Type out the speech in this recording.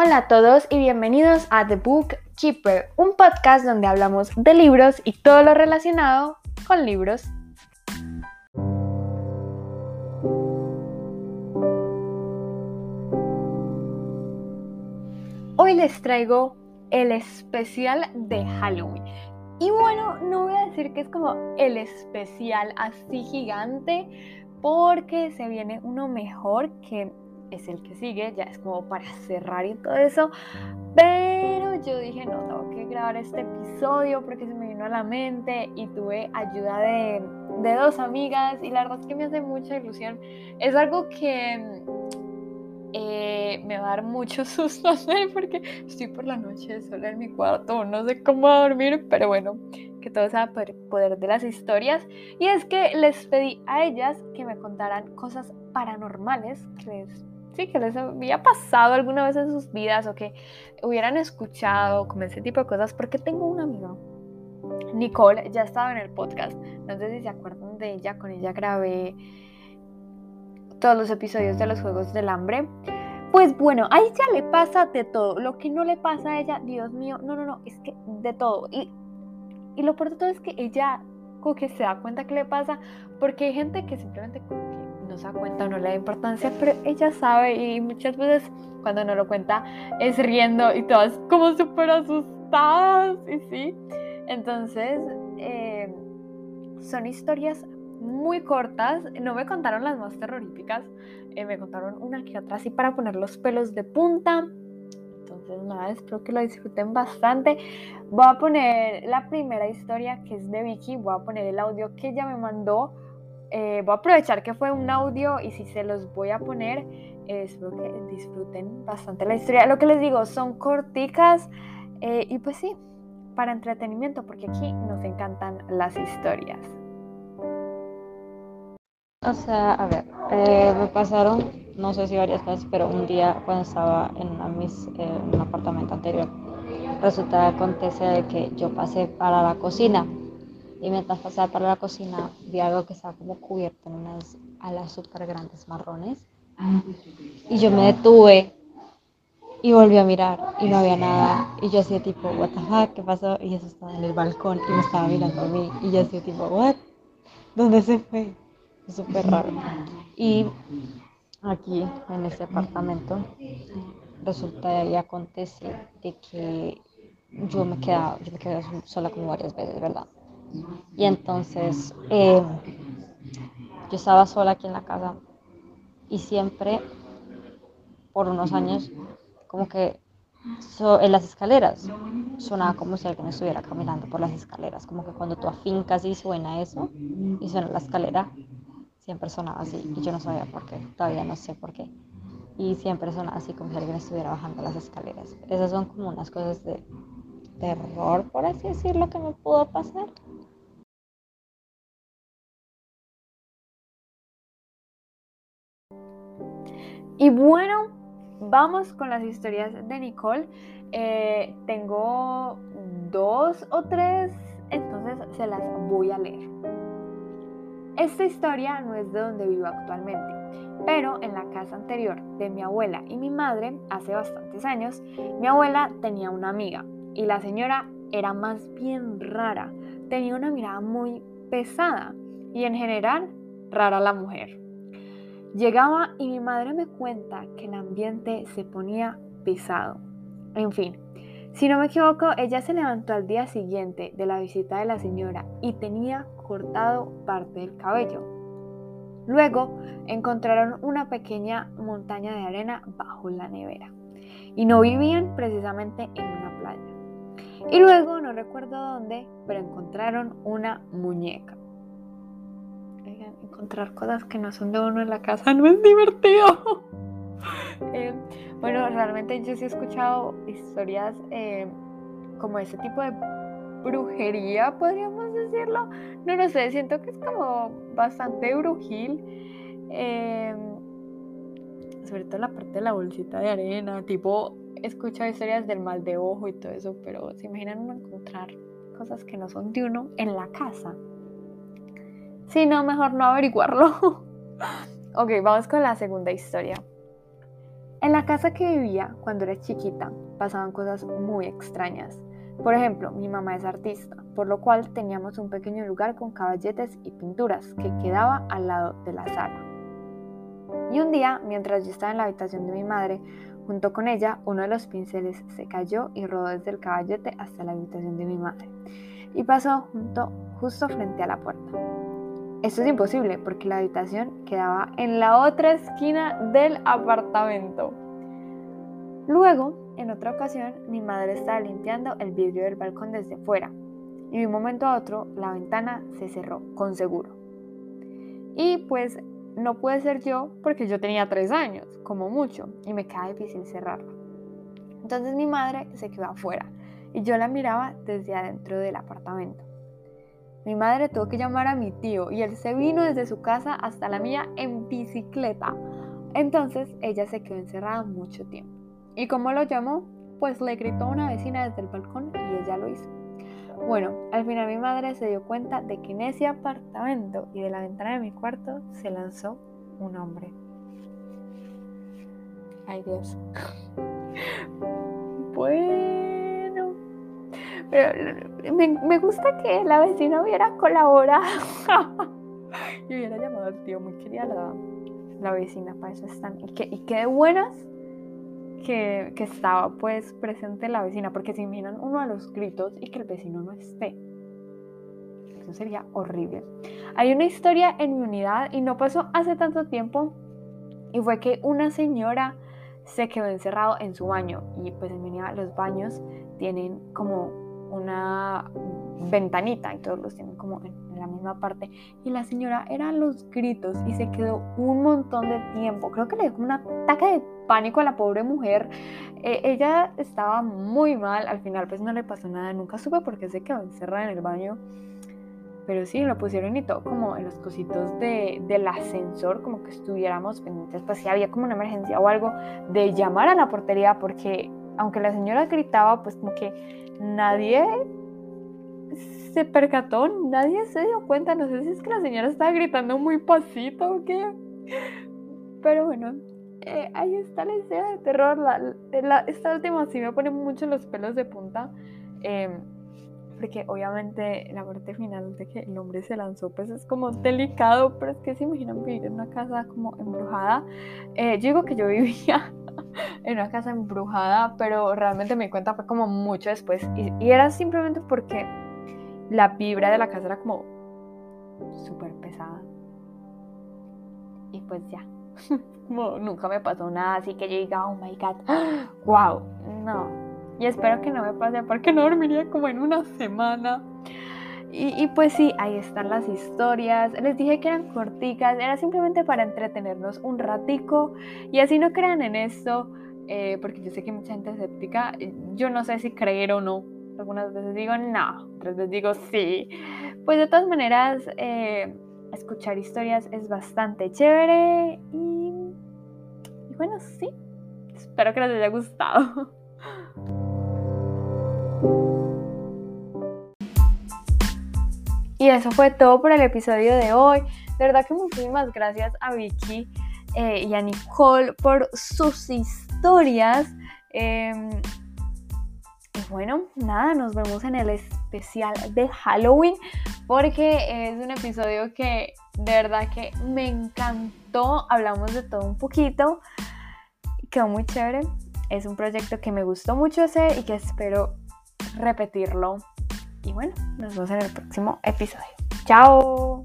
Hola a todos y bienvenidos a The Book Keeper, un podcast donde hablamos de libros y todo lo relacionado con libros. Hoy les traigo el especial de Halloween. Y bueno, no voy a decir que es como el especial así gigante, porque se viene uno mejor que es el que sigue, ya es como para cerrar y todo eso. Pero yo dije, no, tengo que grabar este episodio porque se me vino a la mente y tuve ayuda de dos amigas y la verdad es que me hace mucha ilusión. Es algo que me va a dar mucho susto hacer porque estoy por la noche sola en mi cuarto, no sé cómo dormir, pero bueno, que todo sea por poder de las historias. Y es que les pedí a ellas que me contaran cosas paranormales que les había pasado alguna vez en sus vidas o que hubieran escuchado, como ese tipo de cosas, porque tengo una amiga, Nicole, ya estaba en el podcast, no sé si se acuerdan de ella, con ella grabé todos los episodios de los Juegos del Hambre. Pues bueno, a ella le pasa de todo. Lo que no le pasa a ella, Dios mío, no, es que de todo. Y lo peor de todo es que ella como que se da cuenta que le pasa, porque hay gente que simplemente como que no se da cuenta, no le da importancia, pero ella sabe y muchas veces cuando no lo cuenta es riendo y todas como súper asustadas, y sí. Entonces, son historias muy cortas, no me contaron las más terroríficas, me contaron una que otra así para poner los pelos de punta. Entonces nada, espero que lo disfruten bastante. Voy a poner la primera historia, que es de Vicky, voy a poner el audio que ella me mandó. Voy a aprovechar que fue un audio y si se los voy a poner, espero que disfruten bastante la historia. Lo que les digo, son corticas y pues sí, para entretenimiento, porque aquí nos encantan las historias. O sea, a ver, me pasaron, no sé si varias veces, pero un día cuando estaba en un apartamento anterior, resulta que acontece de que yo pasé para la cocina y mientras pasaba para la cocina vi algo que estaba como cubierto en unas alas súper grandes marrones y yo me detuve y volví a mirar y no había nada y yo hacía tipo, what the fuck, ¿qué pasó? Y eso estaba en el balcón y me estaba mirando a mí y yo hacía tipo, what, ¿dónde se fue? Es súper raro. Y aquí en este apartamento resulta y acontece de que yo me quedé sola como varias veces, ¿verdad? Y entonces yo estaba sola aquí en la casa y siempre por unos años como que en las escaleras sonaba como si alguien estuviera caminando por las escaleras, como que cuando tú afincas y suena eso y suena la escalera, siempre sonaba así y yo no sabía por qué, todavía no sé por qué. Y siempre sonaba así como si alguien estuviera bajando las escaleras. Esas son como unas cosas de terror, por así decirlo, que me pudo pasar. Y bueno, vamos con las historias de Nicole. Tengo 2 o 3, entonces se las voy a leer. Esta historia no es de donde vivo actualmente, pero en la casa anterior de mi abuela y mi madre, hace bastantes años, mi abuela tenía una amiga y la señora era más bien rara. Tenía una mirada muy pesada y en general rara la mujer. Llegaba y mi madre me cuenta que el ambiente se ponía pesado. En fin, si no me equivoco, ella se levantó al día siguiente de la visita de la señora y tenía cortado parte del cabello. Luego encontraron una pequeña montaña de arena bajo la nevera y no vivían precisamente en una playa. Y luego, no recuerdo dónde, pero encontraron una muñeca. Encontrar cosas que no son de uno en la casa no es divertido. Bueno, realmente yo sí he escuchado historias como ese tipo de brujería, podríamos decirlo. No lo sé, siento que es como bastante brujil. Eh, Sobre todo la parte de la bolsita de arena. Tipo, he escuchado historias del mal de ojo y todo eso, pero ¿se imaginan uno encontrar cosas que no son de uno en la casa? Sí, no, mejor no averiguarlo. Ok, vamos con la segunda historia. En la casa que vivía cuando era chiquita pasaban cosas muy extrañas. Por ejemplo, mi mamá es artista, por lo cual teníamos un pequeño lugar con caballetes y pinturas que quedaba al lado de la sala. Y un día, mientras yo estaba en la habitación de mi madre, junto con ella, uno de los pinceles se cayó y rodó desde el caballete hasta la habitación de mi madre y pasó justo frente a la puerta. Esto es imposible porque la habitación quedaba en la otra esquina del apartamento. Luego, en otra ocasión, mi madre estaba limpiando el vidrio del balcón desde fuera y de un momento a otro la ventana se cerró con seguro. Y pues no pude ser yo porque yo tenía 3 años, como mucho, y me quedaba difícil cerrarla. Entonces mi madre se quedó afuera y yo la miraba desde adentro del apartamento. Mi madre tuvo que llamar a mi tío y él se vino desde su casa hasta la mía en bicicleta. Entonces ella se quedó encerrada mucho tiempo. ¿Y cómo lo llamó? Pues le gritó a una vecina desde el balcón y ella lo hizo. Bueno, al final mi madre se dio cuenta de que en ese apartamento y de la ventana de mi cuarto se lanzó un hombre. Ay, Dios. Bueno, pero me gusta que la vecina hubiera colaborado y hubiera llamado al tío. Muy querida la vecina, para eso están. Y qué de buenas que estaba pues presente la vecina, porque se imaginan uno a los gritos y que el vecino no esté. Eso sería horrible. Hay una historia en mi unidad y no pasó hace tanto tiempo, y fue que una señora se quedó encerrado en su baño, y pues en mi unidad los baños tienen como una ventanita y todos los tienen como en la misma parte, y la señora eran los gritos y se quedó un montón de tiempo. Creo que le dio como un ataque de pánico a la pobre mujer. Ella estaba muy mal. Al final pues no le pasó nada, nunca supe por qué se quedó encerrada en el baño, pero sí, lo pusieron y todo como en los cositos del ascensor, como que estuviéramos pendientes, pues si había como una emergencia o algo, de llamar a la portería, porque aunque la señora gritaba, pues como que nadie se percató, nadie se dio cuenta. No sé si es que la señora estaba gritando muy pasito o qué, pero bueno, ahí está la historia de terror. Esta última sí me pone mucho los pelos de punta, porque obviamente la parte final de que el hombre se lanzó pues es como delicado, pero es que se imaginan vivir en una casa como embrujada. Yo digo que yo vivía en una casa embrujada, pero realmente me di cuenta fue como mucho después, y era simplemente porque la vibra de la casa era como súper pesada. Y pues ya, como nunca me pasó nada así que yo diga, oh my god, wow, no. Y espero que no me pase porque no dormiría como en una semana. Y pues sí, ahí están las historias. Les dije que eran corticas, era simplemente para entretenernos un ratico. Y así no crean en esto, porque yo sé que hay mucha gente escéptica. Yo no sé si creer o no. Algunas veces digo no, otras veces digo sí. Pues de todas maneras, escuchar historias es bastante chévere. Y bueno, sí, espero que les haya gustado. Y eso fue todo por el episodio de hoy. De verdad que muchísimas gracias a Vicky y a Nicole por sus historias. Y bueno, nada, nos vemos en el especial de Halloween, porque es un episodio que de verdad que me encantó. Hablamos de todo un poquito. Quedó muy chévere. Es un proyecto que me gustó mucho hacer y que espero repetirlo. Y bueno, nos vemos en el próximo episodio. ¡Chao!